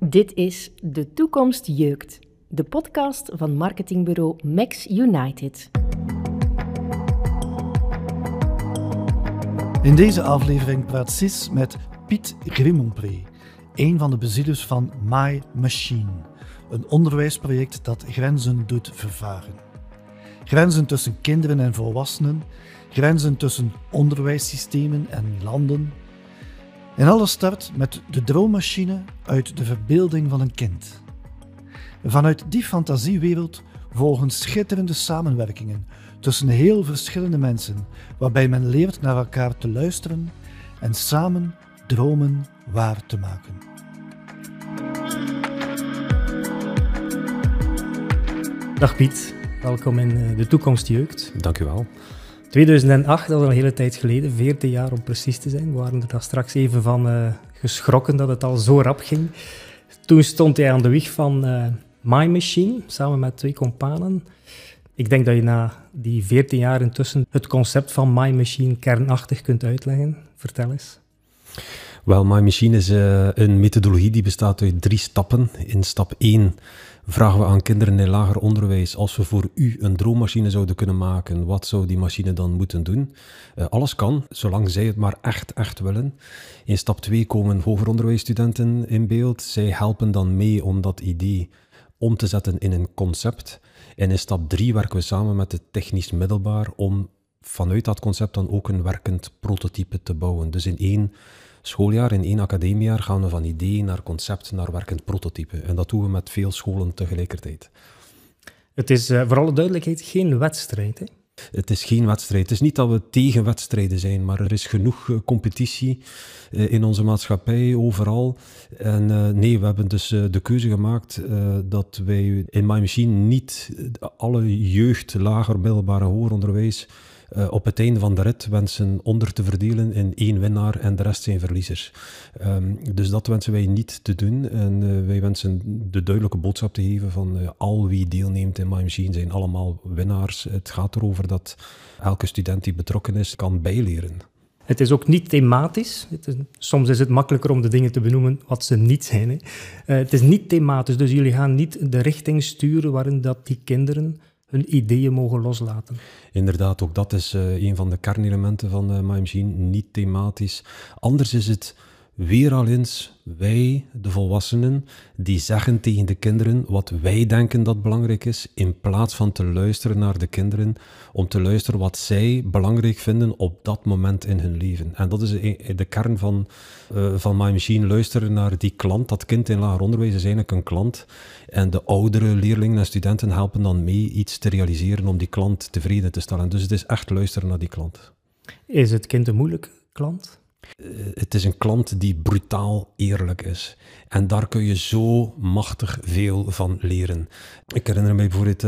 Dit is De Toekomst Jeukt, de podcast van marketingbureau Max United. In deze aflevering praat Sis met Piet Grimompré, een van de bezielers van My Machine, een onderwijsproject dat grenzen doet vervaren. Grenzen tussen kinderen en volwassenen, grenzen tussen onderwijssystemen en landen. En alles start met de droommachine uit de verbeelding van een kind. Vanuit die fantasiewereld volgen schitterende samenwerkingen tussen heel verschillende mensen, waarbij men leert naar elkaar te luisteren en samen dromen waar te maken. Dag Piet, welkom in De Toekomst Jeukt. Dank u wel. 2008, dat is al een hele tijd geleden, 14 jaar om precies te zijn. We waren er daar straks even van geschrokken dat het al zo rap ging. Toen stond hij aan de wieg van My Machine, samen met 2 companen. Ik denk dat je na die 14 jaar intussen het concept van My Machine kernachtig kunt uitleggen. Vertel eens. Wel, My Machine is een methodologie die bestaat uit 3 stappen. In stap 1 vragen we aan kinderen in lager onderwijs, als we voor u een droommachine zouden kunnen maken, wat zou die machine dan moeten doen? Alles kan, zolang zij het maar echt willen. In stap 2 komen hoger onderwijsstudenten in beeld. Zij helpen dan mee om dat idee om te zetten in een concept. En in stap 3 werken we samen met het technisch middelbaar om vanuit dat concept dan ook een werkend prototype te bouwen. Dus in 1 schooljaar, in 1 academiejaar gaan we van idee naar concept naar werkend prototype. En dat doen we met veel scholen tegelijkertijd. Het is voor alle duidelijkheid geen wedstrijd, hè? Het is geen wedstrijd. Het is niet dat we tegen wedstrijden zijn, maar er is genoeg competitie in onze maatschappij, overal. En nee, we hebben dus de keuze gemaakt dat wij in My Machine niet alle jeugd, lager, middelbaar en hoger onderwijs op het einde van de rit wensen onder te verdelen in 1 winnaar en de rest zijn verliezers. Dus dat wensen wij niet te doen. En wij wensen de duidelijke boodschap te geven van al wie deelneemt in My Machine zijn allemaal winnaars. Het gaat erover dat elke student die betrokken is kan bijleren. Het is ook niet thematisch. Soms is het makkelijker om de dingen te benoemen wat ze niet zijn, hè. Het is niet thematisch, dus jullie gaan niet de richting sturen waarin dat die kinderen hun ideeën mogen loslaten. Inderdaad, ook dat is een van de kernelementen van My Machine, niet thematisch. Anders is het weer al eens wij, de volwassenen, die zeggen tegen de kinderen wat wij denken dat belangrijk is, in plaats van te luisteren naar de kinderen, om te luisteren wat zij belangrijk vinden op dat moment in hun leven. En dat is de kern van My Machine, luisteren naar die klant. Dat kind in lager onderwijs is eigenlijk een klant. En de oudere leerlingen en studenten helpen dan mee iets te realiseren om die klant tevreden te stellen. Dus het is echt luisteren naar die klant. Is het kind een moeilijke klant? Het is een klant die brutaal eerlijk is. En daar kun je zo machtig veel van leren. Ik herinner me bijvoorbeeld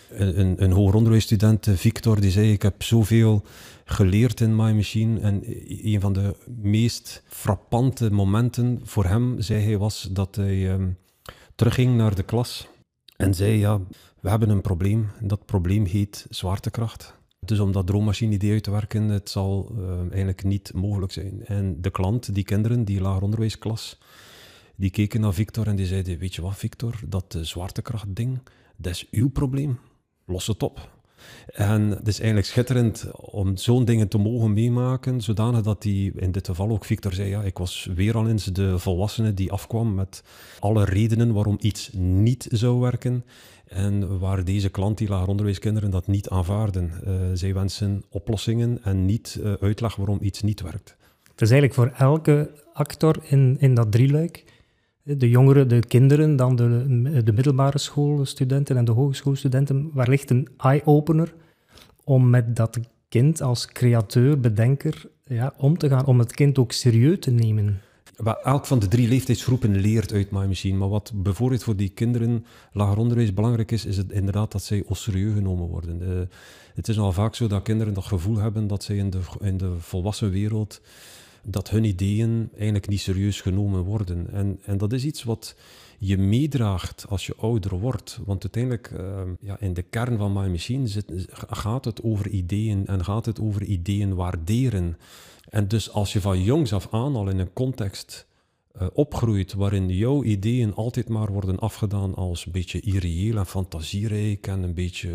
een hoger onderwijsstudent, Victor, die zei: ik heb zoveel geleerd in My Machine. En een van de meest frappante momenten voor hem, zei hij, was dat hij terugging naar de klas en zei: ja, we hebben een probleem. Dat probleem heet zwaartekracht. Dus om dat droommachine-idee uit te werken, het zal eigenlijk niet mogelijk zijn. En de klant, die kinderen, die lager onderwijsklas, die keken naar Victor en die zeiden: weet je wat, Victor, dat zwaartekrachtding, dat is uw probleem. Los het op. En het is eigenlijk schitterend om zo'n dingen te mogen meemaken, zodanig dat die, in dit geval ook Victor zei, ja, ik was weer al eens de volwassene die afkwam met alle redenen waarom iets niet zou werken. En waar deze klant, die lager onderwijskinderen, dat niet aanvaarden. Zij wensen oplossingen en niet uitleg waarom iets niet werkt. Het is eigenlijk voor elke actor in dat drieluik, de jongeren, de kinderen, dan de middelbare schoolstudenten en de hogeschoolstudenten, wellicht een eye-opener om met dat kind als createur, bedenker, om te gaan, om het kind ook serieus te nemen. Elk van de 3 leeftijdsgroepen leert uit My Machine. Maar wat bijvoorbeeld voor die kinderen lager onderwijs belangrijk is het inderdaad dat zij serieus genomen worden. Het is al vaak zo dat kinderen dat gevoel hebben dat zij in de volwassen wereld, dat hun ideeën eigenlijk niet serieus genomen worden. En dat is iets wat je meedraagt als je ouder wordt. Want uiteindelijk, in de kern van My Machine gaat het over ideeën en gaat het over ideeën waarderen. En dus als je van jongs af aan al in een context opgroeit waarin jouw ideeën altijd maar worden afgedaan als een beetje irreëel en fantasierijk en een beetje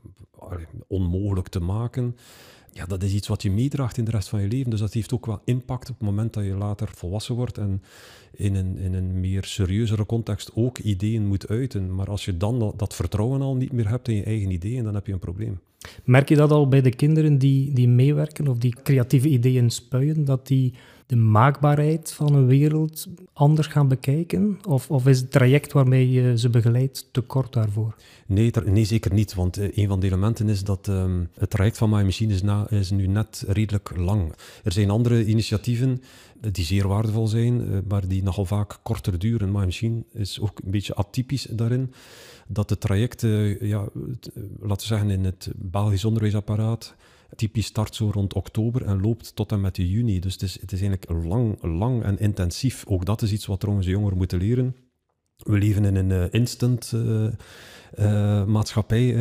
onmogelijk te maken, ja, dat is iets wat je meedraagt in de rest van je leven. Dus dat heeft ook wel impact op het moment dat je later volwassen wordt en in een meer serieuzere context ook ideeën moet uiten. Maar als je dan dat vertrouwen al niet meer hebt in je eigen ideeën, dan heb je een probleem. Merk je dat al bij de kinderen die meewerken of die creatieve ideeën spuien, dat die de maakbaarheid van een wereld anders gaan bekijken? Of is het traject waarmee je ze begeleidt te kort daarvoor? Nee, zeker niet. Want een van de elementen is dat het traject van My Machine is nu net redelijk lang. Er zijn andere initiatieven die zeer waardevol zijn, maar die nogal vaak korter duren. My Machine is ook een beetje atypisch daarin. Dat het traject, laten we zeggen in het Belgisch onderwijsapparaat, typisch start zo rond oktober en loopt tot en met juni. Dus het is eigenlijk lang en intensief. Ook dat is iets wat trouwens jongeren moeten leren. We leven in een instant maatschappij.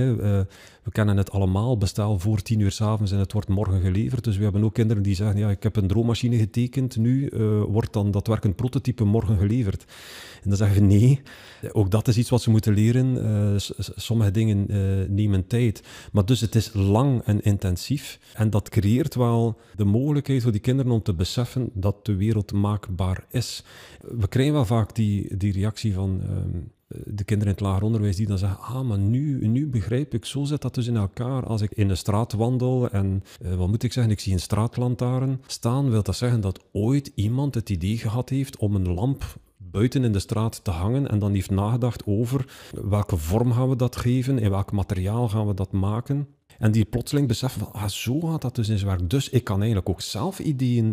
We kennen het allemaal. Bestel voor 10 uur 's avonds en het wordt morgen geleverd. Dus we hebben ook kinderen die zeggen, ja, ik heb een droommachine getekend, nu wordt dan dat werkend prototype morgen geleverd. En dan zeggen we nee. Ook dat is iets wat ze moeten leren. Sommige dingen nemen tijd. Maar dus het is lang en intensief. En dat creëert wel de mogelijkheid voor die kinderen om te beseffen dat de wereld maakbaar is. We krijgen wel vaak die reactie van de kinderen in het lager onderwijs die dan zeggen, maar nu begrijp ik, zo zit dat dus in elkaar. Als ik in de straat wandel en, wat moet ik zeggen, ik zie een straatlantaarn staan, wil dat zeggen dat ooit iemand het idee gehad heeft om een lamp buiten in de straat te hangen en dan heeft nagedacht over welke vorm gaan we dat geven, in welk materiaal gaan we dat maken. En die plotseling beseffen van, zo gaat dat dus in zijn werk. Dus ik kan eigenlijk ook zelf ideeën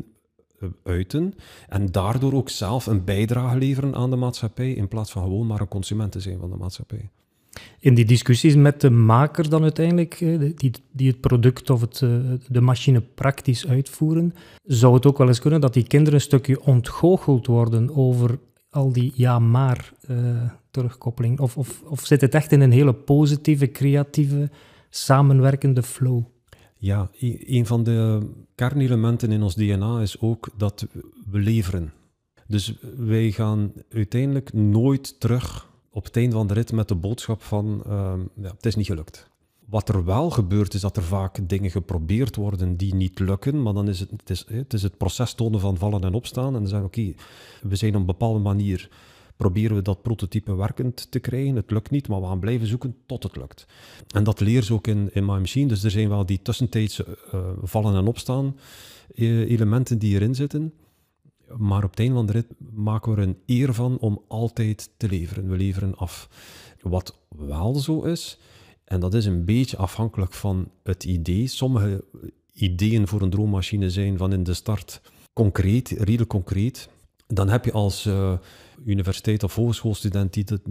uiten en daardoor ook zelf een bijdrage leveren aan de maatschappij in plaats van gewoon maar een consument te zijn van de maatschappij. In die discussies met de maker dan uiteindelijk, die het product of de machine praktisch uitvoeren, zou het ook wel eens kunnen dat die kinderen een stukje ontgoocheld worden over al die ja-maar terugkoppeling? Of zit het echt in een hele positieve, creatieve, samenwerkende flow? Ja, een van de kernelementen in ons DNA is ook dat we leveren. Dus wij gaan uiteindelijk nooit terug op het eind van de rit met de boodschap van het is niet gelukt. Wat er wel gebeurt is dat er vaak dingen geprobeerd worden die niet lukken, maar dan is het is het proces tonen van vallen en opstaan en dan zeggen we we zijn op een bepaalde manier proberen we dat prototype werkend te krijgen. Het lukt niet, maar we gaan blijven zoeken tot het lukt. En dat leren ze ook in My Machine. Dus er zijn wel die tussentijdse vallen en opstaan elementen die erin zitten. Maar op het einde van de rit maken we er een eer van om altijd te leveren. We leveren af. Wat wel zo is, en dat is een beetje afhankelijk van het idee. Sommige ideeën voor een droommachine zijn van in de start concreet, redelijk concreet. Dan heb je als universiteit of hogeschoolstudent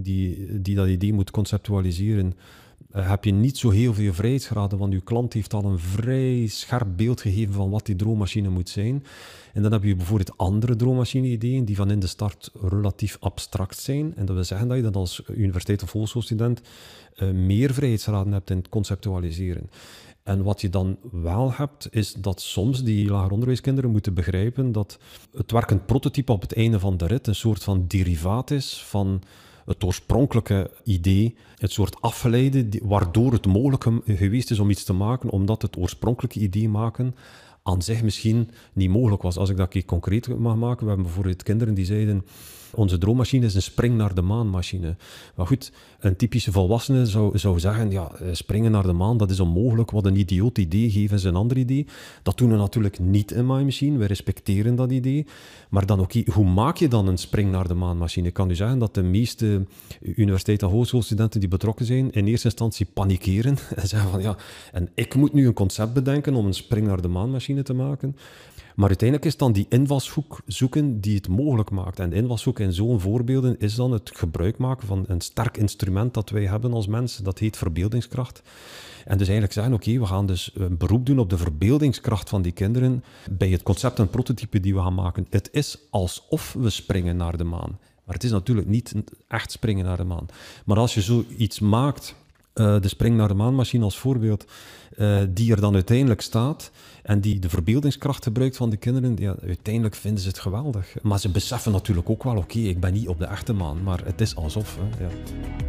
die dat idee moet conceptualiseren, heb je niet zo heel veel vrijheidsgraden, want je klant heeft al een vrij scherp beeld gegeven van wat die droommachine moet zijn. En dan heb je bijvoorbeeld andere droommachine-ideeën die van in de start relatief abstract zijn. En dat wil zeggen dat je dan als universiteit of hogeschoolstudent meer vrijheidsgraden hebt in het conceptualiseren. En wat je dan wel hebt, is dat soms die lager onderwijskinderen moeten begrijpen dat het werkend prototype op het einde van de rit een soort van derivaat is van het oorspronkelijke idee, het soort afgeleide, waardoor het mogelijk geweest is om iets te maken, omdat het oorspronkelijke idee maken aan zich misschien niet mogelijk was. Als ik dat concreet mag maken, we hebben bijvoorbeeld kinderen die zeiden, onze droommachine is een spring naar de maanmachine. Maar goed, een typische volwassene zou zeggen, springen naar de maan, dat is onmogelijk, wat een idioot idee, geven ze een ander idee. Dat doen we natuurlijk niet in My Machine, wij respecteren dat idee. Maar dan hoe maak je dan een spring naar de maanmachine? Ik kan u zeggen dat de meeste universiteit- en hogeschoolstudenten die betrokken zijn, in eerste instantie panikeren en zeggen van en ik moet nu een concept bedenken om een spring naar de maanmachine te maken. Maar uiteindelijk is dan die invalshoek zoeken die het mogelijk maakt. En de invalshoek in zo'n voorbeelden is dan het gebruik maken van een sterk instrument dat wij hebben als mensen. Dat heet verbeeldingskracht. En dus eigenlijk zeggen, we gaan dus een beroep doen op de verbeeldingskracht van die kinderen bij het concept en prototype die we gaan maken. Het is alsof we springen naar de maan. Maar het is natuurlijk niet echt springen naar de maan. Maar als je zoiets maakt de Spring naar de maanmachine als voorbeeld, die er dan uiteindelijk staat en die de verbeeldingskracht gebruikt van de kinderen, ja, uiteindelijk vinden ze het geweldig. Maar ze beseffen natuurlijk ook wel, oké, ik ben niet op de echte maan, maar het is alsof. Hè, ja.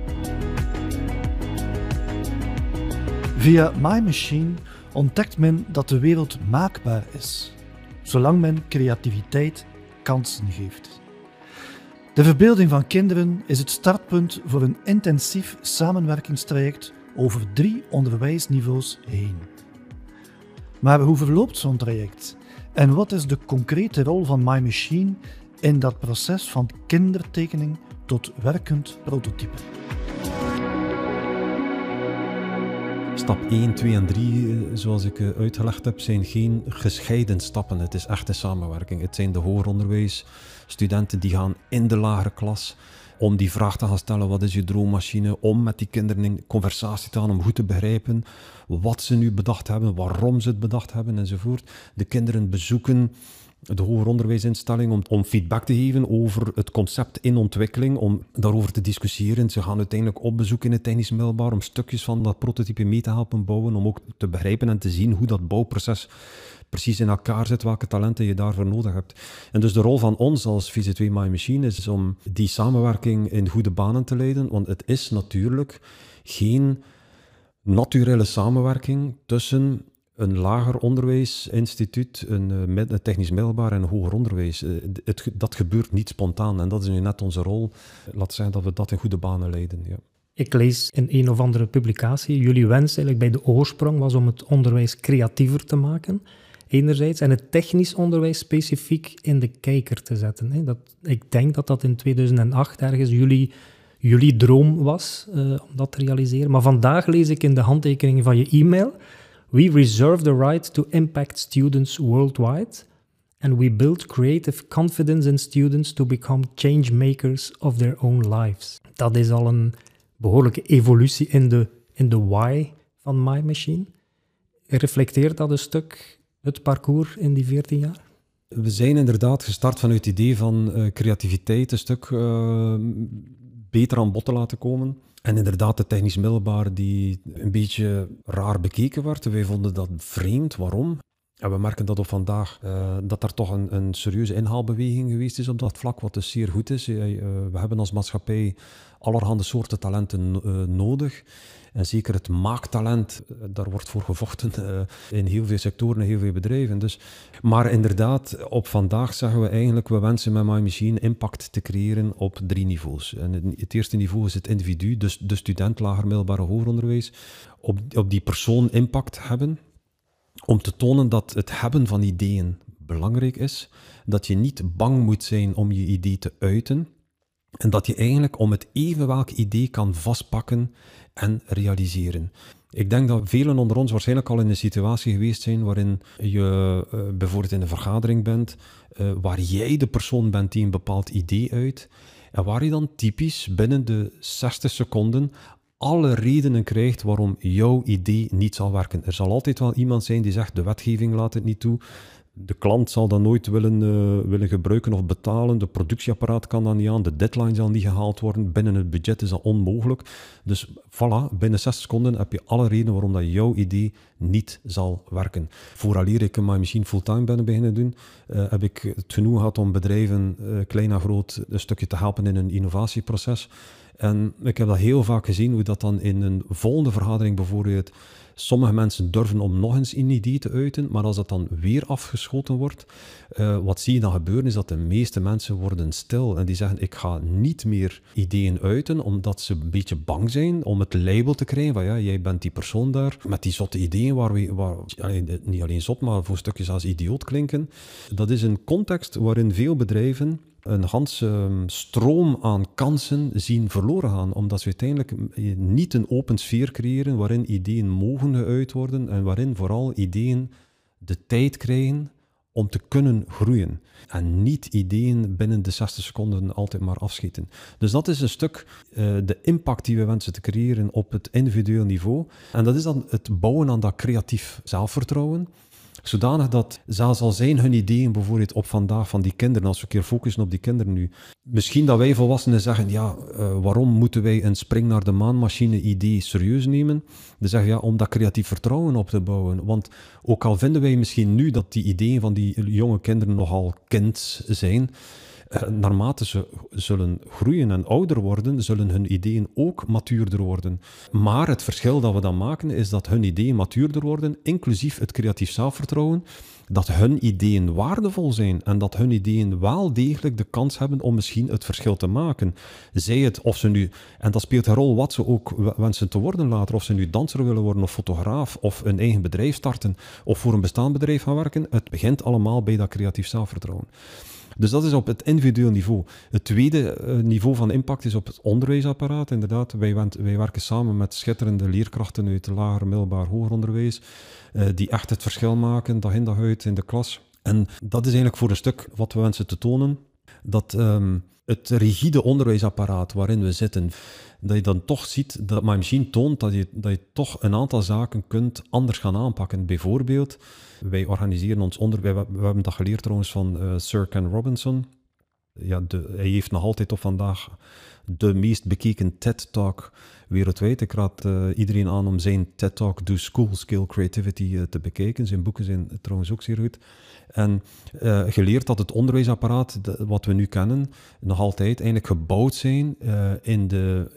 Via My Machine ontdekt men dat de wereld maakbaar is, zolang men creativiteit kansen geeft. De verbeelding van kinderen is het startpunt voor een intensief samenwerkingstraject over 3 onderwijsniveaus heen. Maar hoe verloopt zo'n traject? En wat is de concrete rol van My Machine in dat proces van kindertekening tot werkend prototype? Stap 1, 2 en 3, zoals ik uitgelegd heb, zijn geen gescheiden stappen. Het is echt een samenwerking. Het zijn de hoger onderwijsstudenten die gaan in de lagere klas om die vraag te gaan stellen, wat is je droommachine? Om met die kinderen in conversatie te gaan, om goed te begrijpen wat ze nu bedacht hebben, waarom ze het bedacht hebben enzovoort. De kinderen bezoeken de hoger onderwijsinstelling om feedback te geven over het concept in ontwikkeling, om daarover te discussiëren. Ze gaan uiteindelijk op bezoek in het technisch middelbaar om stukjes van dat prototype mee te helpen bouwen, om ook te begrijpen en te zien hoe dat bouwproces precies in elkaar zit, welke talenten je daarvoor nodig hebt. En dus de rol van ons als VZ2 My Machine is om die samenwerking in goede banen te leiden, want het is natuurlijk geen naturele samenwerking tussen een lager onderwijsinstituut, een technisch middelbaar en een hoger onderwijs. Dat gebeurt niet spontaan en dat is nu net onze rol. Laat zeggen dat we dat in goede banen leiden. Ja. Ik lees in een of andere publicatie, jullie wens eigenlijk bij de oorsprong was om het onderwijs creatiever te maken, enerzijds, en het technisch onderwijs specifiek in de kijker te zetten. Hè. Ik denk dat dat in 2008 ergens jullie droom was om dat te realiseren. Maar vandaag lees ik in de handtekeningen van je e-mail: We reserve the right to impact students worldwide, and we build creative confidence in students to become changemakers of their own lives. Dat is al een behoorlijke evolutie in de why van My Machine. Reflecteert dat een stuk het parcours in die 14 jaar? We zijn inderdaad gestart vanuit het idee van creativiteit een stuk beter aan bod te laten komen. En inderdaad, de technisch middelbaar die een beetje raar bekeken werd. Wij vonden dat vreemd. Waarom? En we merken dat op vandaag, dat er toch een serieuze inhaalbeweging geweest is op dat vlak, wat dus zeer goed is. We hebben als maatschappij allerhande soorten talenten nodig. En zeker het maaktalent, daar wordt voor gevochten in heel veel sectoren en heel veel bedrijven. Dus, maar inderdaad, op vandaag zeggen we eigenlijk, we wensen met My Machine impact te creëren op 3 niveaus. En het eerste niveau is het individu, dus de student, lager, middelbaar, hoger onderwijs. Op die persoon impact hebben, om te tonen dat het hebben van ideeën belangrijk is, dat je niet bang moet zijn om je idee te uiten, en dat je eigenlijk om het even welk idee kan vastpakken en realiseren. Ik denk dat velen onder ons waarschijnlijk al in een situatie geweest zijn waarin je bijvoorbeeld in een vergadering bent, waar jij de persoon bent die een bepaald idee uit, en waar je dan typisch binnen de 60 seconden alle redenen krijgt waarom jouw idee niet zal werken. Er zal altijd wel iemand zijn die zegt, de wetgeving laat het niet toe, de klant zal dat nooit willen gebruiken of betalen, de productieapparaat kan dat niet aan, de deadline zal niet gehaald worden, binnen het budget is dat onmogelijk. Dus voilà, binnen 60 seconden heb je alle redenen waarom dat jouw idee niet zal werken. Vooraleer ik My Machine fulltime ben beginnen doen, heb ik het genoeg gehad om bedrijven, klein en groot, een stukje te helpen in een innovatieproces. En ik heb dat heel vaak gezien, hoe dat dan in een volgende vergadering bijvoorbeeld sommige mensen durven om nog eens een idee te uiten, maar als dat dan weer afgeschoten wordt, wat zie je dan gebeuren, is dat de meeste mensen worden stil en die zeggen, ik ga niet meer ideeën uiten, omdat ze een beetje bang zijn om het label te krijgen van ja, jij bent die persoon daar, met die zotte ideeën waar niet alleen zot, maar voor stukjes als idioot klinken. Dat is een context waarin veel bedrijven een ganse stroom aan kansen zien verloren gaan, omdat ze uiteindelijk niet een open sfeer creëren waarin ideeën mogen geuit worden en waarin vooral ideeën de tijd krijgen om te kunnen groeien. En niet ideeën binnen de 60 seconden altijd maar afschieten. Dus dat is een stuk de impact die we wensen te creëren op het individueel niveau. En dat is dan het bouwen aan dat creatief zelfvertrouwen. Zodanig dat, zelfs al zijn hun ideeën bijvoorbeeld op vandaag van die kinderen, als we een keer focussen op die kinderen nu, misschien dat wij volwassenen zeggen, waarom moeten wij een spring naar de maanmachine idee serieus nemen? Dan zeggen ja, om dat creatief vertrouwen op te bouwen. Want ook al vinden wij misschien nu dat die ideeën van die jonge kinderen nogal kind zijn, naarmate ze zullen groeien en ouder worden, zullen hun ideeën ook matuurder worden. Maar het verschil dat we dan maken, is dat hun ideeën matuurder worden, inclusief het creatief zelfvertrouwen, dat hun ideeën waardevol zijn en dat hun ideeën wel degelijk de kans hebben om misschien het verschil te maken. Zij het, of ze nu, en dat speelt een rol wat ze ook wensen te worden later, of ze nu danser willen worden of fotograaf, of een eigen bedrijf starten, of voor een bestaand bedrijf gaan werken. Het begint allemaal bij dat creatief zelfvertrouwen. Dus dat is op het individueel niveau. Het tweede niveau van impact is op het onderwijsapparaat. Inderdaad, wij werken samen met schitterende leerkrachten uit lager, middelbaar, hoger onderwijs, die echt het verschil maken, dag in dag uit in de klas. En dat is eigenlijk voor een stuk wat we wensen te tonen, dat het rigide onderwijsapparaat waarin we zitten, dat je dan toch ziet, dat My Machine toont dat je toch een aantal zaken kunt anders gaan aanpakken. Bijvoorbeeld, wij organiseren ons onderwijs, we hebben dat geleerd trouwens van Sir Ken Robinson. Ja, hij heeft nog altijd op vandaag de meest bekeken TED-talk wereldwijd. Ik raad iedereen aan om zijn TED-talk Do School Skill Creativity te bekijken. Zijn boeken zijn trouwens ook zeer goed. En geleerd dat het onderwijsapparaat, wat we nu kennen, nog altijd eigenlijk gebouwd zijn in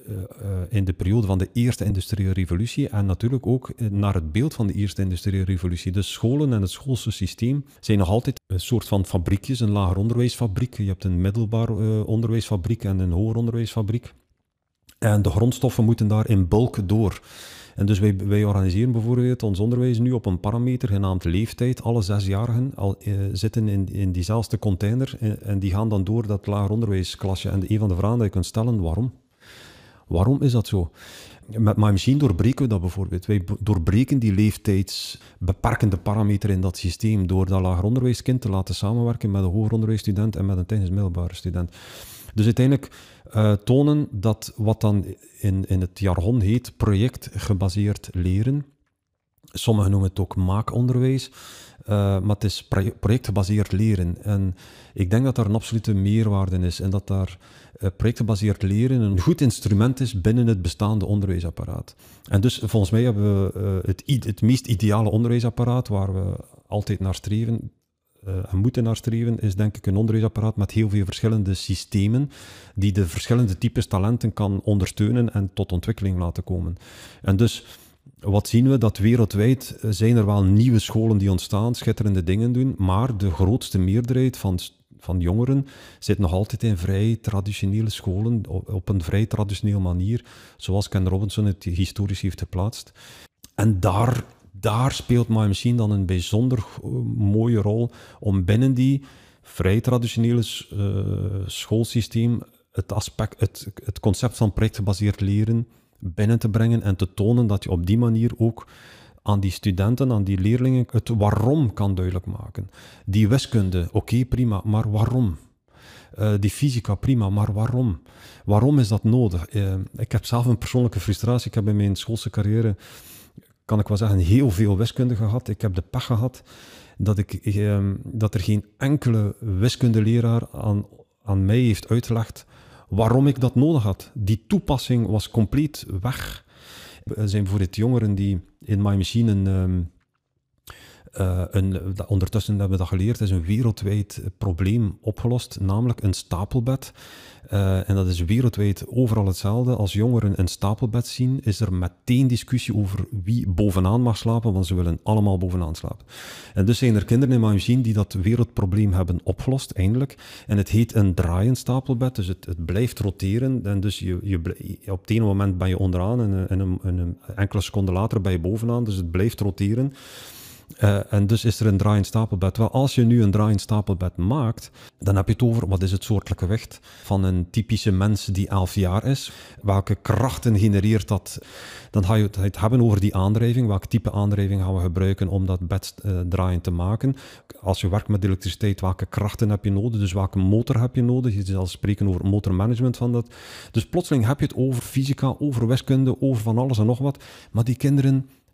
de periode van de Eerste Industriële Revolutie en natuurlijk ook naar het beeld van de Eerste Industriële Revolutie. De scholen en het schoolse systeem zijn nog altijd een soort van fabriekjes, een lager onderwijsfabriek. Je hebt een middelbaar onderwijsfabriek en een hoger onderwijsfabriek. En de grondstoffen moeten daar in bulk door. En dus wij organiseren bijvoorbeeld ons onderwijs nu op een parameter genaamd leeftijd. Alle 6-jarigen zitten in diezelfde container en die gaan dan door dat lager onderwijsklasje. En een van de vragen die je kunt stellen, waarom? Waarom is dat zo? Met My Machine doorbreken we dat bijvoorbeeld. Wij doorbreken die leeftijdsbeperkende parameter in dat systeem door dat lager onderwijskind te laten samenwerken met een hoger onderwijsstudent en met een technisch middelbare student. Dus uiteindelijk tonen dat wat dan in het jargon heet projectgebaseerd leren. Sommigen noemen het ook maakonderwijs, maar het is projectgebaseerd leren. En ik denk dat daar een absolute meerwaarde is en dat daar projectgebaseerd leren een goed instrument is binnen het bestaande onderwijsapparaat. En dus volgens mij hebben we het meest ideale onderwijsapparaat waar we altijd naar streven, en moeten naar streven, is denk ik een onderwijsapparaat met heel veel verschillende systemen die de verschillende types talenten kan ondersteunen en tot ontwikkeling laten komen. En dus, wat zien we? Dat wereldwijd zijn er wel nieuwe scholen die ontstaan, schitterende dingen doen, maar de grootste meerderheid van jongeren zit nog altijd in vrij traditionele scholen, op een vrij traditionele manier, zoals Ken Robinson het historisch heeft geplaatst. En daar speelt My Machine dan een bijzonder mooie rol om binnen die vrij traditionele schoolsysteem het concept van projectgebaseerd leren binnen te brengen en te tonen dat je op die manier ook aan die studenten, aan die leerlingen, het waarom kan duidelijk maken. Die wiskunde, oké, prima, maar waarom? Die fysica, prima, maar waarom? Waarom is dat nodig? Ik heb zelf een persoonlijke frustratie. Ik heb in mijn schoolse carrière, kan ik wel zeggen, heel veel wiskunde gehad. Ik heb de pech gehad dat er geen enkele wiskundeleraar aan mij heeft uitgelegd waarom ik dat nodig had. Die toepassing was compleet weg. Er zijn bijvoorbeeld jongeren die in My Machine ondertussen hebben we dat geleerd, is een wereldwijd probleem opgelost, namelijk een stapelbed. En dat is wereldwijd overal hetzelfde. Als jongeren een stapelbed zien, is er meteen discussie over wie bovenaan mag slapen, want ze willen allemaal bovenaan slapen. En dus zijn er kinderen in My Machine die dat wereldprobleem hebben opgelost, eindelijk. En het heet een draaiend stapelbed, dus het blijft roteren. En dus op het ene moment ben je onderaan en een enkele seconden later ben je bovenaan, dus het blijft roteren. En dus is er een draaiend stapelbed. Wel, als je nu een draaiend stapelbed maakt, dan heb je het over, wat is het soortelijke gewicht van een typische mens die 11 jaar is? Welke krachten genereert dat? Dan ga je het hebben over die aandrijving. Welk type aandrijving gaan we gebruiken om dat bed draaiend te maken? Als je werkt met elektriciteit, welke krachten heb je nodig? Dus welke motor heb je nodig? Je zal spreken over motormanagement van dat. Dus plotseling heb je het over fysica, over wiskunde, over van alles en nog wat. Maar die kinderen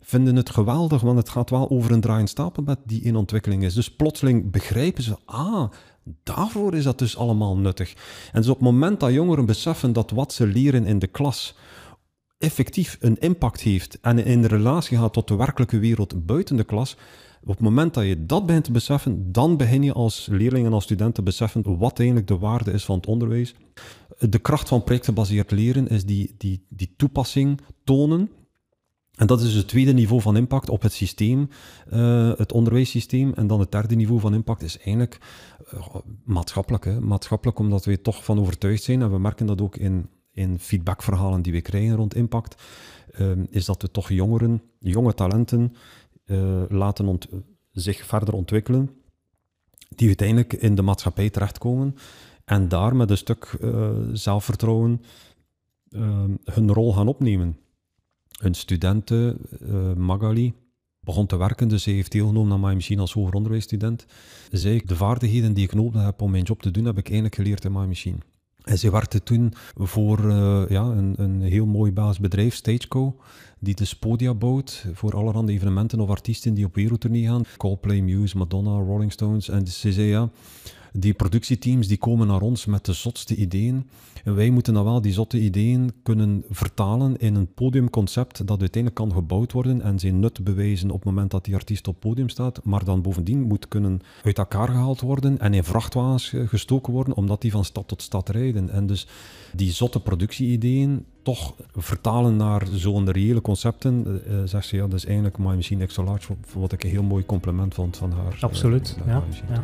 vinden het geweldig, want het gaat wel over een draaiend stapelbed die in ontwikkeling is. Dus plotseling begrijpen ze, daarvoor is dat dus allemaal nuttig. En dus op het moment dat jongeren beseffen dat wat ze leren in de klas effectief een impact heeft en in de relatie gaat tot de werkelijke wereld buiten de klas, op het moment dat je dat begint te beseffen, dan begin je als leerling en als student te beseffen wat eigenlijk de waarde is van het onderwijs. De kracht van projectgebaseerd leren is die toepassing tonen. En dat is het tweede niveau van impact op het systeem, het onderwijssysteem. En dan het derde niveau van impact is eigenlijk maatschappelijk. Hè? Maatschappelijk omdat we toch van overtuigd zijn, en we merken dat ook in feedbackverhalen die we krijgen rond impact, is dat we toch jonge talenten laten zich verder ontwikkelen, die uiteindelijk in de maatschappij terechtkomen en daar met een stuk zelfvertrouwen hun rol gaan opnemen. Een studente, Magali, begon te werken, dus zij heeft deelgenomen aan My Machine als hoger onderwijsstudent. Zei, de vaardigheden die ik nodig heb om mijn job te doen, heb ik eigenlijk geleerd in My Machine. En zij werkte toen voor een heel mooi Belgisch bedrijf, Stageco, die dus podia bouwt voor allerhande evenementen of artiesten die op wereldtournee gaan. Coldplay, Muse, Madonna, Rolling Stones. En ze zei, die productieteams die komen naar ons met de zotste ideeën. En wij moeten dan wel die zotte ideeën kunnen vertalen in een podiumconcept dat uiteindelijk kan gebouwd worden en zijn nut bewijzen op het moment dat die artiest op het podium staat, maar dan bovendien moet kunnen uit elkaar gehaald worden en in vrachtwagens gestoken worden, omdat die van stad tot stad rijden. En dus die zotte productie-ideeën toch vertalen naar zo'n reële concepten, zegt ze, dat is eigenlijk My Machine Extra Large, wat ik een heel mooi compliment vond van haar. Absoluut, ja.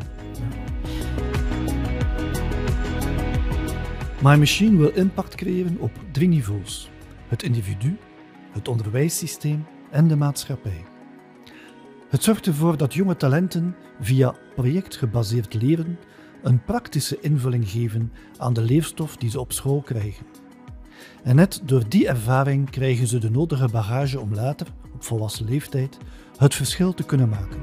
My Machine wil impact creëren op 3 niveaus. Het individu, het onderwijssysteem en de maatschappij. Het zorgt ervoor dat jonge talenten via projectgebaseerd leren een praktische invulling geven aan de leerstof die ze op school krijgen. En net door die ervaring krijgen ze de nodige bagage om later, op volwassen leeftijd, het verschil te kunnen maken.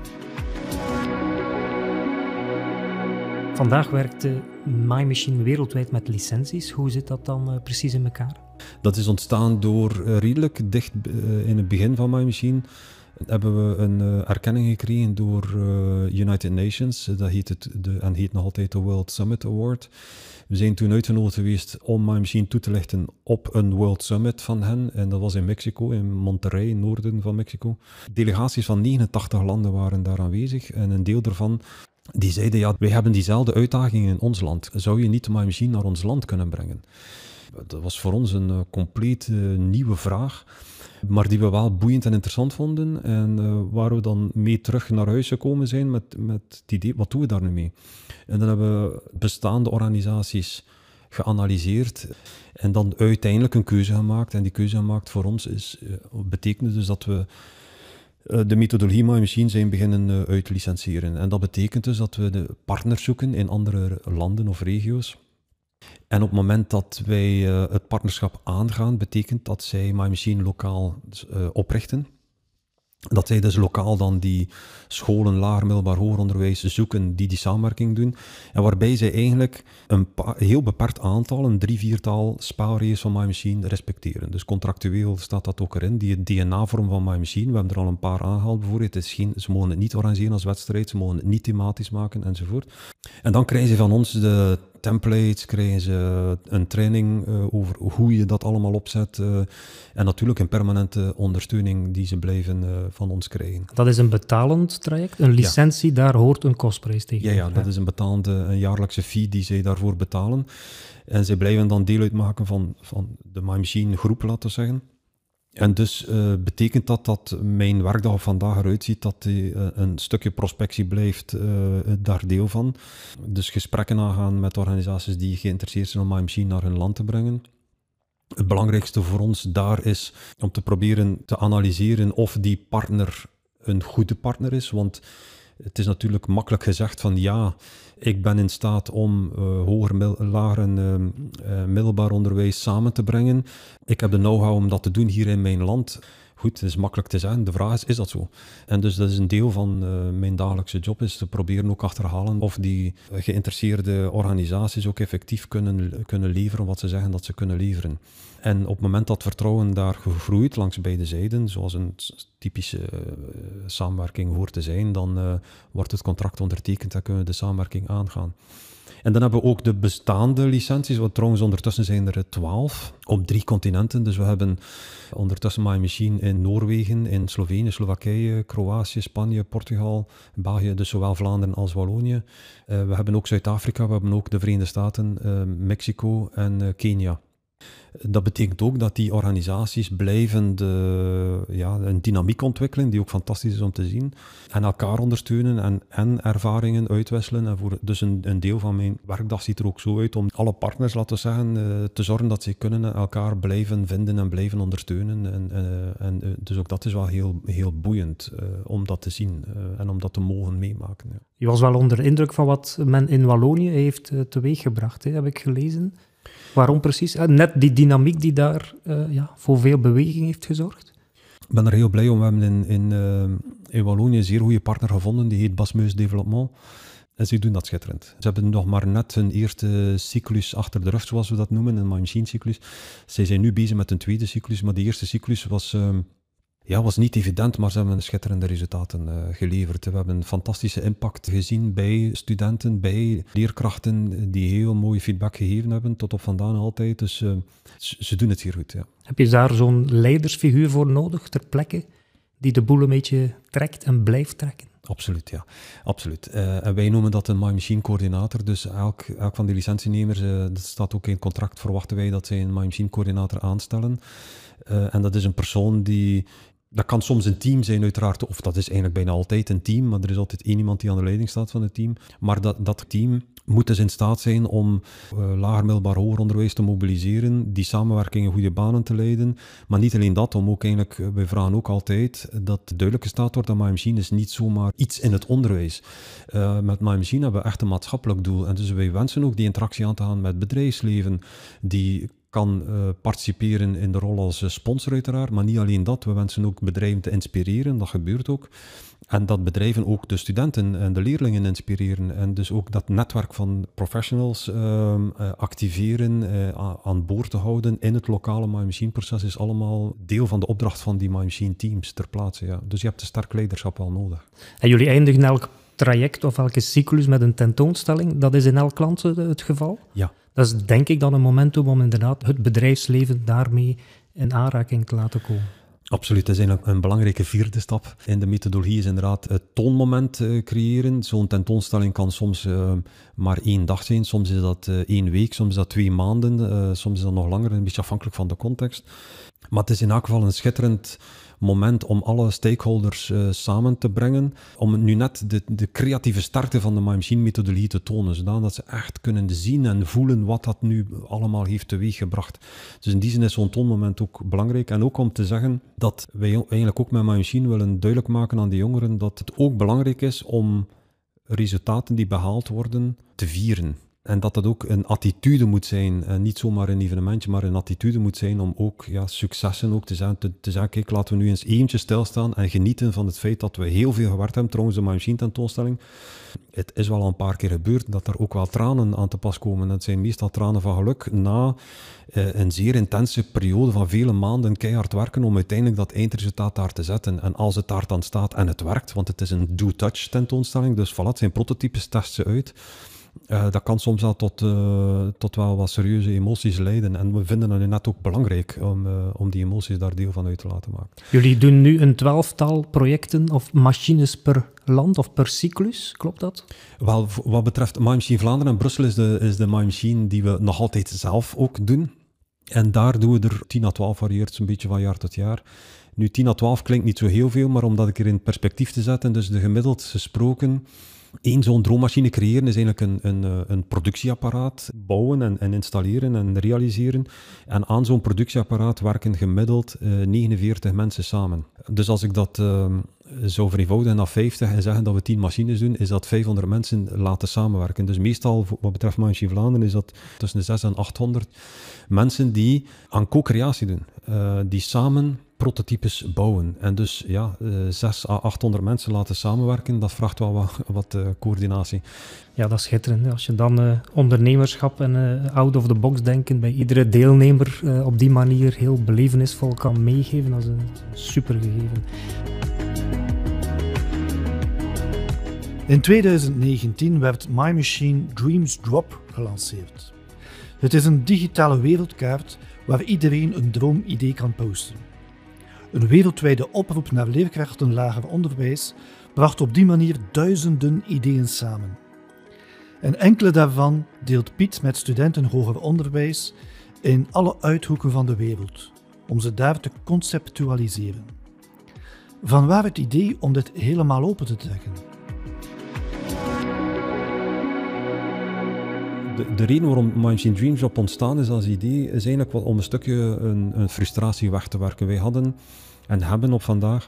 Vandaag werkt My Machine wereldwijd met licenties. Hoe zit dat dan precies in elkaar? Dat is ontstaan door redelijk dicht in het begin van My Machine hebben we een erkenning gekregen door United Nations. Dat heet nog altijd de World Summit Award. We zijn toen uitgenodigd geweest om My Machine toe te lichten op een World Summit van hen. En dat was in Mexico, in Monterrey, noorden van Mexico. Delegaties van 89 landen waren daar aanwezig. En een deel daarvan die zeiden, ja, wij hebben diezelfde uitdagingen in ons land. Zou je niet My Machine naar ons land kunnen brengen? Dat was voor ons een compleet nieuwe vraag, maar die we wel boeiend en interessant vonden. En waar we dan mee terug naar huis gekomen zijn met het idee, wat doen we daar nu mee? En dan hebben we bestaande organisaties geanalyseerd en dan uiteindelijk een keuze gemaakt. En die keuze gemaakt voor ons betekende dus dat we de methodologie My Machine zijn beginnen uitlicentiëren. En dat betekent dus dat we de partners zoeken in andere landen of regio's. En op het moment dat wij het partnerschap aangaan, betekent dat zij My Machine lokaal oprichten. Dat zij dus lokaal dan die scholen, lager, middelbaar, hoger onderwijs zoeken die samenwerking doen. En waarbij zij eigenlijk een heel beperkt aantal, een 3-4-tal spelregels van My Machine respecteren. Dus contractueel staat dat ook erin, die DNA-vorm van My Machine. We hebben er al een paar aangehaald bijvoorbeeld. Ze mogen het niet organiseren als wedstrijd, ze mogen het niet thematisch maken enzovoort. En dan krijgen ze van ons de templates, krijgen ze een training over hoe je dat allemaal opzet. En natuurlijk een permanente ondersteuning die ze blijven van ons krijgen. Dat is een betalend traject, een licentie, daar hoort een kostprijs tegen. Ja, dat is een jaarlijkse fee die zij daarvoor betalen. En zij blijven dan deel uitmaken van de My Machine groep, laten we zeggen. En dus betekent dat mijn werkdag vandaag eruit ziet dat een stukje prospectie blijft daar deel van. Dus gesprekken aangaan met organisaties die geïnteresseerd zijn om My Machine naar hun land te brengen. Het belangrijkste voor ons daar is om te proberen te analyseren of die partner een goede partner is. Want het is natuurlijk makkelijk gezegd van ja, ik ben in staat om hoger, lager en middelbaar onderwijs samen te brengen. Ik heb de know-how om dat te doen hier in mijn land. Goed, het is makkelijk te zeggen. De vraag is dat zo? En dus dat is een deel van mijn dagelijkse job, is te proberen ook achterhalen of die geïnteresseerde organisaties ook effectief kunnen leveren wat ze zeggen dat ze kunnen leveren. En op het moment dat vertrouwen daar gegroeid langs beide zijden, zoals een typische samenwerking hoort te zijn, dan wordt het contract ondertekend en kunnen we de samenwerking aangaan. En dan hebben we ook de bestaande licenties, wat trouwens ondertussen zijn er 12 op 3 continenten. Dus we hebben ondertussen My Machine in Noorwegen, in Slovenië, Slowakije, Kroatië, Spanje, Portugal, België, dus zowel Vlaanderen als Wallonië. We hebben ook Zuid-Afrika, we hebben ook de Verenigde Staten, Mexico en Kenia. Dat betekent ook dat die organisaties blijven een dynamiek ontwikkelen, die ook fantastisch is om te zien, en elkaar ondersteunen en ervaringen uitwisselen. En dus een deel van mijn werkdag ziet er ook zo uit om alle partners, laten we zeggen, te zorgen dat ze kunnen elkaar blijven vinden en blijven ondersteunen. Dus ook dat is wel heel, heel boeiend om dat te zien en om dat te mogen meemaken. Ja. Je was wel onder de indruk van wat men in Wallonië heeft teweeggebracht, heb ik gelezen. Waarom precies? Net die dynamiek die daar voor veel beweging heeft gezorgd? Ik ben er heel blij om. We hebben in Wallonië een zeer goede partner gevonden, die heet Basmeus Development. En ze doen dat schitterend. Ze hebben nog maar net hun eerste cyclus achter de rug, zoals we dat noemen, een My Machine cyclus. Zij zijn nu bezig met een tweede cyclus, maar die eerste cyclus was niet evident, maar ze hebben schitterende resultaten geleverd. We hebben een fantastische impact gezien bij studenten, bij leerkrachten die heel mooie feedback gegeven hebben, tot op vandaag altijd. Dus ze doen het hier goed, ja. Heb je daar zo'n leidersfiguur voor nodig, ter plekke, die de boel een beetje trekt en blijft trekken? Absoluut, ja. Absoluut. En wij noemen dat een My Machine coördinator. Dus elk van die licentienemers, dat staat ook in het contract, verwachten wij dat zij een My Machine coördinator aanstellen. En dat is een persoon die... Dat kan soms een team zijn uiteraard, of dat is eigenlijk bijna altijd een team, maar er is altijd één iemand die aan de leiding staat van het team. Maar dat team moet dus in staat zijn om lager, middelbaar, hoger onderwijs te mobiliseren, die samenwerking in goede banen te leiden. Maar niet alleen dat, om ook eigenlijk, wij vragen ook altijd dat duidelijk gesteld wordt dat My Machine is niet zomaar iets in het onderwijs. Met My Machine hebben we echt een maatschappelijk doel. En dus wij wensen ook die interactie aan te gaan met het bedrijfsleven, die kan participeren in de rol als sponsor uiteraard, maar niet alleen dat. We wensen ook bedrijven te inspireren, dat gebeurt ook. En dat bedrijven ook de studenten en de leerlingen inspireren. En dus ook dat netwerk van professionals activeren, aan boord te houden in het lokale My Machine proces is allemaal deel van de opdracht van die My Machine teams ter plaatse. Ja. Dus je hebt een sterk leiderschap wel nodig. En jullie eindigen elk traject of elke cyclus met een tentoonstelling. Dat is in elk land het geval? Ja. Dat is denk ik dan een momentum om inderdaad het bedrijfsleven daarmee in aanraking te laten komen. Absoluut, dat is eigenlijk een belangrijke vierde stap in de methodologie, is inderdaad het toonmoment creëren. Zo'n tentoonstelling kan soms maar 1 dag zijn, soms is dat 1 week, soms is dat 2 maanden, soms is dat nog langer, een beetje afhankelijk van de context. Maar het is in elk geval een schitterend moment om alle stakeholders samen te brengen, om nu net de creatieve sterkte van de My Machine methodologie te tonen, zodat ze echt kunnen zien en voelen wat dat nu allemaal heeft teweeggebracht. Dus in die zin is zo'n toonmoment ook belangrijk. En ook om te zeggen dat wij eigenlijk ook met My Machine willen duidelijk maken aan de jongeren dat het ook belangrijk is om resultaten die behaald worden te vieren. En dat ook een attitude moet zijn, niet zomaar een evenementje, maar een attitude moet zijn om ook successen ook te zeggen, kijk, laten we nu eens eventjes stilstaan en genieten van het feit dat we heel veel gewerkt hebben. Trouwens, de My Machine tentoonstelling, het is wel al een paar keer gebeurd dat er ook wel tranen aan te pas komen. Dat zijn meestal tranen van geluk na een zeer intense periode van vele maanden keihard werken om uiteindelijk dat eindresultaat daar te zetten. En als het daar dan staat en het werkt, want het is een do-touch tentoonstelling, dus voilà, het zijn prototypes, test ze uit. Dat kan soms wel tot wel wat serieuze emoties leiden. En we vinden het net ook belangrijk om die emoties daar deel van uit te laten maken. Jullie doen nu een 12-tal projecten of machines per land of per cyclus, klopt dat? Wel, wat betreft My Machine Vlaanderen en Brussel is de My Machine die we nog altijd zelf ook doen. En daar doen we er 10 à 12, varieert een beetje van jaar tot jaar. Nu, 10 à 12 klinkt niet zo heel veel, maar om dat een keer in perspectief te zetten, dus de gemiddeld gesproken, 1 zo'n droommachine creëren is eigenlijk een productieapparaat bouwen en installeren en realiseren. En aan zo'n productieapparaat werken gemiddeld 49 mensen samen. Dus als ik dat zou vereenvoudigen naar 50 en zeggen dat we 10 machines doen, is dat 500 mensen laten samenwerken. Dus meestal, wat betreft My Machine Vlaanderen, is dat tussen de 600 en 800 mensen die aan co-creatie doen. Die samen prototypes bouwen. En dus 600 à 800 mensen laten samenwerken, dat vraagt wel wat coördinatie. Ja, dat is schitterend. Als je dan ondernemerschap en out of the box denken bij iedere deelnemer op die manier heel belevenisvol kan meegeven, dat is een super gegeven. In 2019 werd My Machine Dreams Drop gelanceerd. Het is een digitale wereldkaart waar iedereen een droomidee kan posten. Een wereldwijde oproep naar leerkrachten lager onderwijs bracht op die manier duizenden ideeën samen. En enkele daarvan deelt Piet met studenten hoger onderwijs in alle uithoeken van de wereld, om ze daar te conceptualiseren. Vanwaar het idee om dit helemaal open te trekken? De reden waarom My Machine Dreams Drop ontstaan is als idee, is eigenlijk om een stukje een frustratie weg te werken. Wij hadden en hebben op vandaag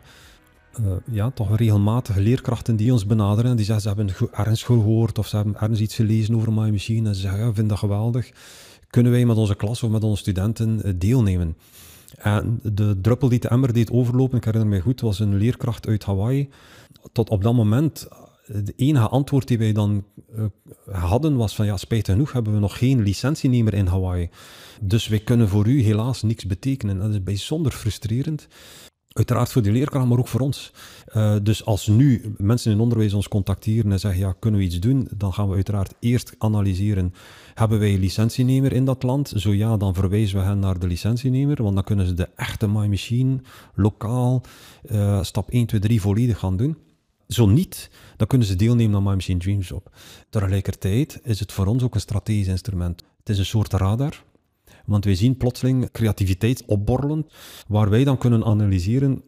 toch regelmatig leerkrachten die ons benaderen en die zeggen ze hebben ergens gehoord of ze hebben ergens iets gelezen over My Machine en ze zeggen ik vind dat geweldig. Kunnen wij met onze klas of met onze studenten deelnemen? En de druppel die de emmer deed overlopen, ik herinner me goed, was een leerkracht uit Hawaii. Tot op dat moment, de enige antwoord die wij dan hadden was van spijtig genoeg hebben we nog geen licentienemer in Hawaii. Dus wij kunnen voor u helaas niks betekenen. Dat is bijzonder frustrerend. Uiteraard voor die leerkracht, maar ook voor ons. Dus als nu mensen in onderwijs ons contacteren en zeggen kunnen we iets doen, dan gaan we uiteraard eerst analyseren. Hebben wij een licentienemer in dat land? Zo ja, dan verwijzen we hen naar de licentienemer, want dan kunnen ze de echte My Machine lokaal stap 1, 2, 3 volledig gaan doen. Zo niet, dan kunnen ze deelnemen aan My Machine Dreams Drop. Tegelijkertijd is het voor ons ook een strategisch instrument. Het is een soort radar, want wij zien plotseling creativiteit opborrelen, waar wij dan kunnen analyseren,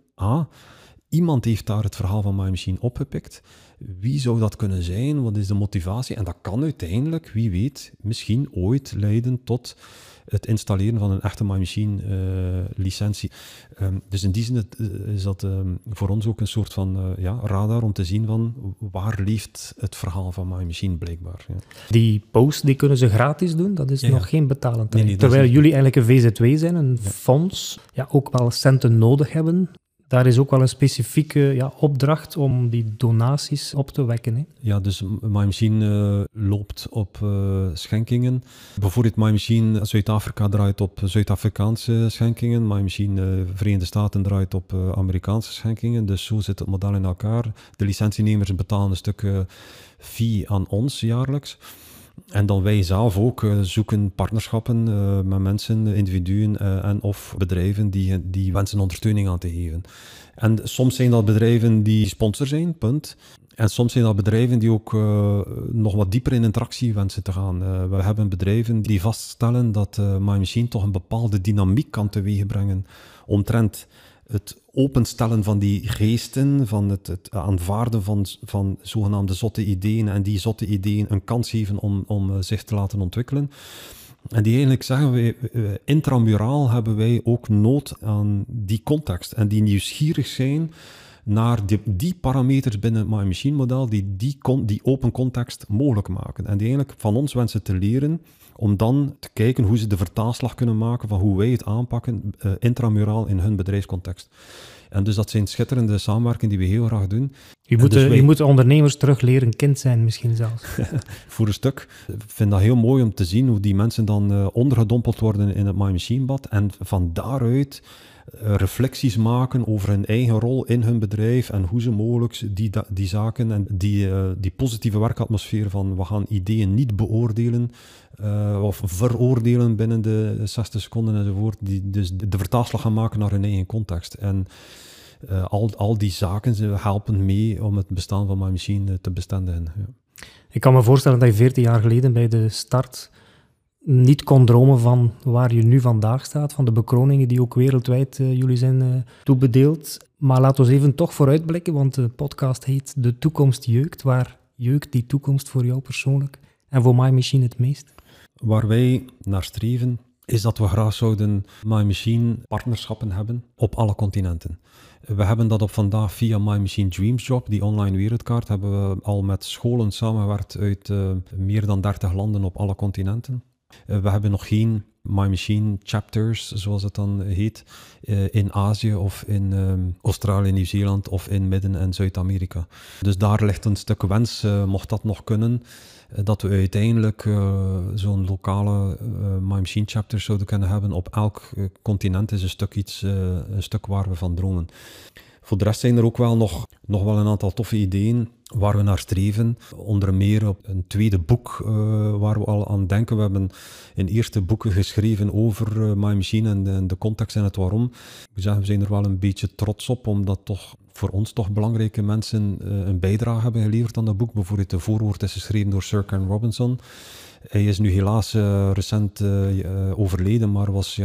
iemand heeft daar het verhaal van My Machine opgepikt. Wie zou dat kunnen zijn? Wat is de motivatie? En dat kan uiteindelijk, wie weet, misschien ooit leiden tot het installeren van een echte My Machine licentie. Dus in die zin is dat voor ons ook een soort van radar om te zien van waar leeft het verhaal van My Machine blijkbaar. Ja. Die post die kunnen ze gratis doen, dat is nog geen betalend traject. Nee, terwijl jullie eigenlijk een VZW zijn, een fonds, ook wel centen nodig hebben. Daar is ook wel een specifieke opdracht om die donaties op te wekken. Hè? Ja, dus My Machine loopt op schenkingen. Bijvoorbeeld My Machine Zuid-Afrika draait op Zuid-Afrikaanse schenkingen. My Machine Verenigde Staten draait op Amerikaanse schenkingen. Dus zo zit het model in elkaar. De licentienemers betalen een stuk fee aan ons jaarlijks. En dan wij zelf ook zoeken partnerschappen met mensen, individuen en of bedrijven die wensen ondersteuning aan te geven. En soms zijn dat bedrijven die sponsor zijn, punt. En soms zijn dat bedrijven die ook nog wat dieper in interactie wensen te gaan. We hebben bedrijven die vaststellen dat My Machine toch een bepaalde dynamiek kan teweegbrengen omtrent het openstellen van die geesten, van het aanvaarden van zogenaamde zotte ideeën en die zotte ideeën een kans geven om zich te laten ontwikkelen. En die eigenlijk zeggen wij, intramuraal hebben wij ook nood aan die context en die nieuwsgierig zijn naar die parameters binnen het My Machine model die open context mogelijk maken. En die eigenlijk van ons wensen te leren om dan te kijken hoe ze de vertaalslag kunnen maken van hoe wij het aanpakken intramuraal in hun bedrijfscontext. En dus dat zijn schitterende samenwerkingen die we heel graag doen. Je moet ondernemers terug leren kind zijn misschien zelfs. Voor een stuk. Ik vind dat heel mooi om te zien hoe die mensen dan ondergedompeld worden in het My Machine bad en van daaruit reflecties maken over hun eigen rol in hun bedrijf en hoe ze mogelijk die zaken en die positieve werkatmosfeer van we gaan ideeën niet beoordelen of veroordelen binnen de 60 seconden enzovoort, die dus de vertaalslag gaan maken naar hun eigen context. En al die zaken ze helpen mee om het bestaan van My Machine te bestendigen. Ja. Ik kan me voorstellen dat je 14 jaar geleden bij de start niet kon dromen van waar je nu vandaag staat, van de bekroningen die ook wereldwijd jullie zijn toebedeeld. Maar laten we even toch vooruitblikken, want de podcast heet De Toekomst Jeukt. Waar jeukt die toekomst voor jou persoonlijk en voor My Machine het meest? Waar wij naar streven, is dat we graag zouden My Machine partnerschappen hebben op alle continenten. We hebben dat op vandaag via My Machine Dreams Drop, die online wereldkaart, hebben we al met scholen samengewerkt uit meer dan 30 landen op alle continenten. We hebben nog geen My Machine chapters, zoals het dan heet, in Azië of in Australië, Nieuw-Zeeland of in Midden- en Zuid-Amerika. Dus daar ligt een stuk wens, mocht dat nog kunnen, dat we uiteindelijk zo'n lokale My Machine chapter zouden kunnen hebben. Op elk continent is een stuk waar we van dromen. Voor de rest zijn er ook wel nog wel een aantal toffe ideeën waar we naar streven. Onder meer op een tweede boek waar we al aan denken. We hebben een eerste boek geschreven over My Machine en de context en het waarom. We zijn er wel een beetje trots op, omdat toch voor ons toch belangrijke mensen een bijdrage hebben geleverd aan dat boek. Bijvoorbeeld de voorwoord is geschreven door Sir Ken Robinson. Hij is nu helaas recent overleden, maar was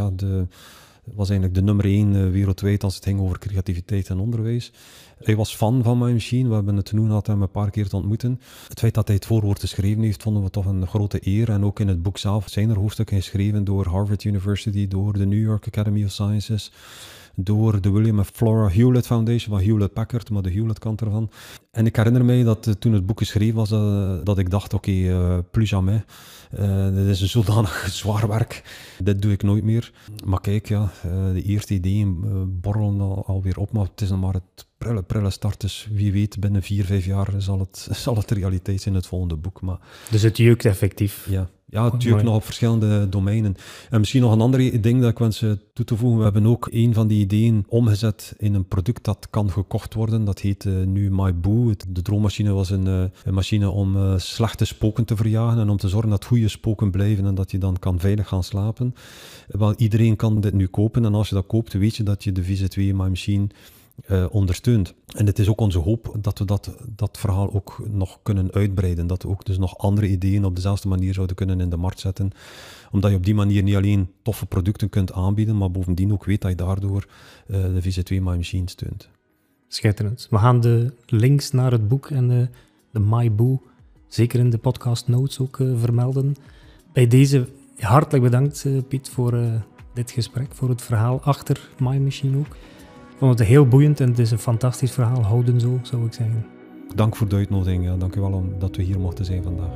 eigenlijk de nummer 1 wereldwijd als het ging over creativiteit en onderwijs. Hij was fan van My Machine, we hebben het toen gehad hem een paar keer te ontmoeten. Het feit dat hij het voorwoord geschreven heeft, vonden we toch een grote eer. En ook in het boek zelf zijn er hoofdstukken geschreven door Harvard University, door de New York Academy of Sciences, door de William F. Flora Hewlett Foundation van Hewlett-Packard, maar de Hewlett-kant ervan. En ik herinner mij dat toen het boek geschreven was, dat ik dacht, oké, plus jamais. Dit is een zodanig zwaar werk. Dit doe ik nooit meer. Maar kijk, de eerste ideeën borrelen alweer op, maar het is nog maar het prille start. Dus wie weet, binnen 4-5 jaar zal het realiteit zijn, het volgende boek. Maar, dus het jeukt effectief. Ja, het jeukt nog op verschillende domeinen. En misschien nog een ander ding dat ik wens toe te voegen. We hebben ook een van die ideeën omgezet in een product dat kan gekocht worden. Dat heet nu MyBoo. De droommachine was een machine om slechte spoken te verjagen en om te zorgen dat goede spoken blijven en dat je dan kan veilig gaan slapen. Wel, iedereen kan dit nu kopen en als je dat koopt, weet je dat je de VZ2 My Machine ondersteunt. En het is ook onze hoop dat we dat verhaal ook nog kunnen uitbreiden. Dat we ook dus nog andere ideeën op dezelfde manier zouden kunnen in de markt zetten. Omdat je op die manier niet alleen toffe producten kunt aanbieden, maar bovendien ook weet dat je daardoor de VZ2 My Machine steunt. Schitterend. We gaan de links naar het boek en de MyBoo zeker in de podcast notes ook vermelden. Bij deze hartelijk bedankt, Piet, voor dit gesprek, voor het verhaal achter My Machine ook. Ik vond het heel boeiend en het is een fantastisch verhaal. Houden zo, zou ik zeggen. Dank voor de uitnodiging. Ja. Dank u wel dat we hier mochten zijn vandaag.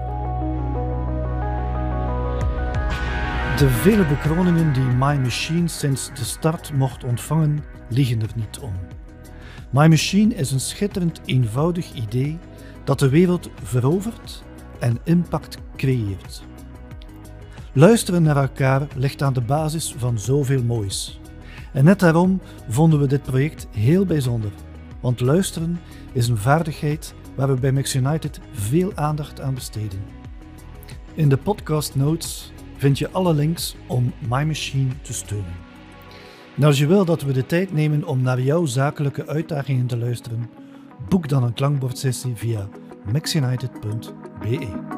De vele bekroningen die My Machine sinds de start mocht ontvangen, liegen er niet om. My Machine is een schitterend eenvoudig idee dat de wereld verovert en impact creëert. Luisteren naar elkaar ligt aan de basis van zoveel moois. En net daarom vonden we dit project heel bijzonder, want luisteren is een vaardigheid waar we bij Max United veel aandacht aan besteden. In de podcast notes vind je alle links om My Machine te steunen. En als je wil dat we de tijd nemen om naar jouw zakelijke uitdagingen te luisteren, boek dan een klankbordsessie via maxunited.be.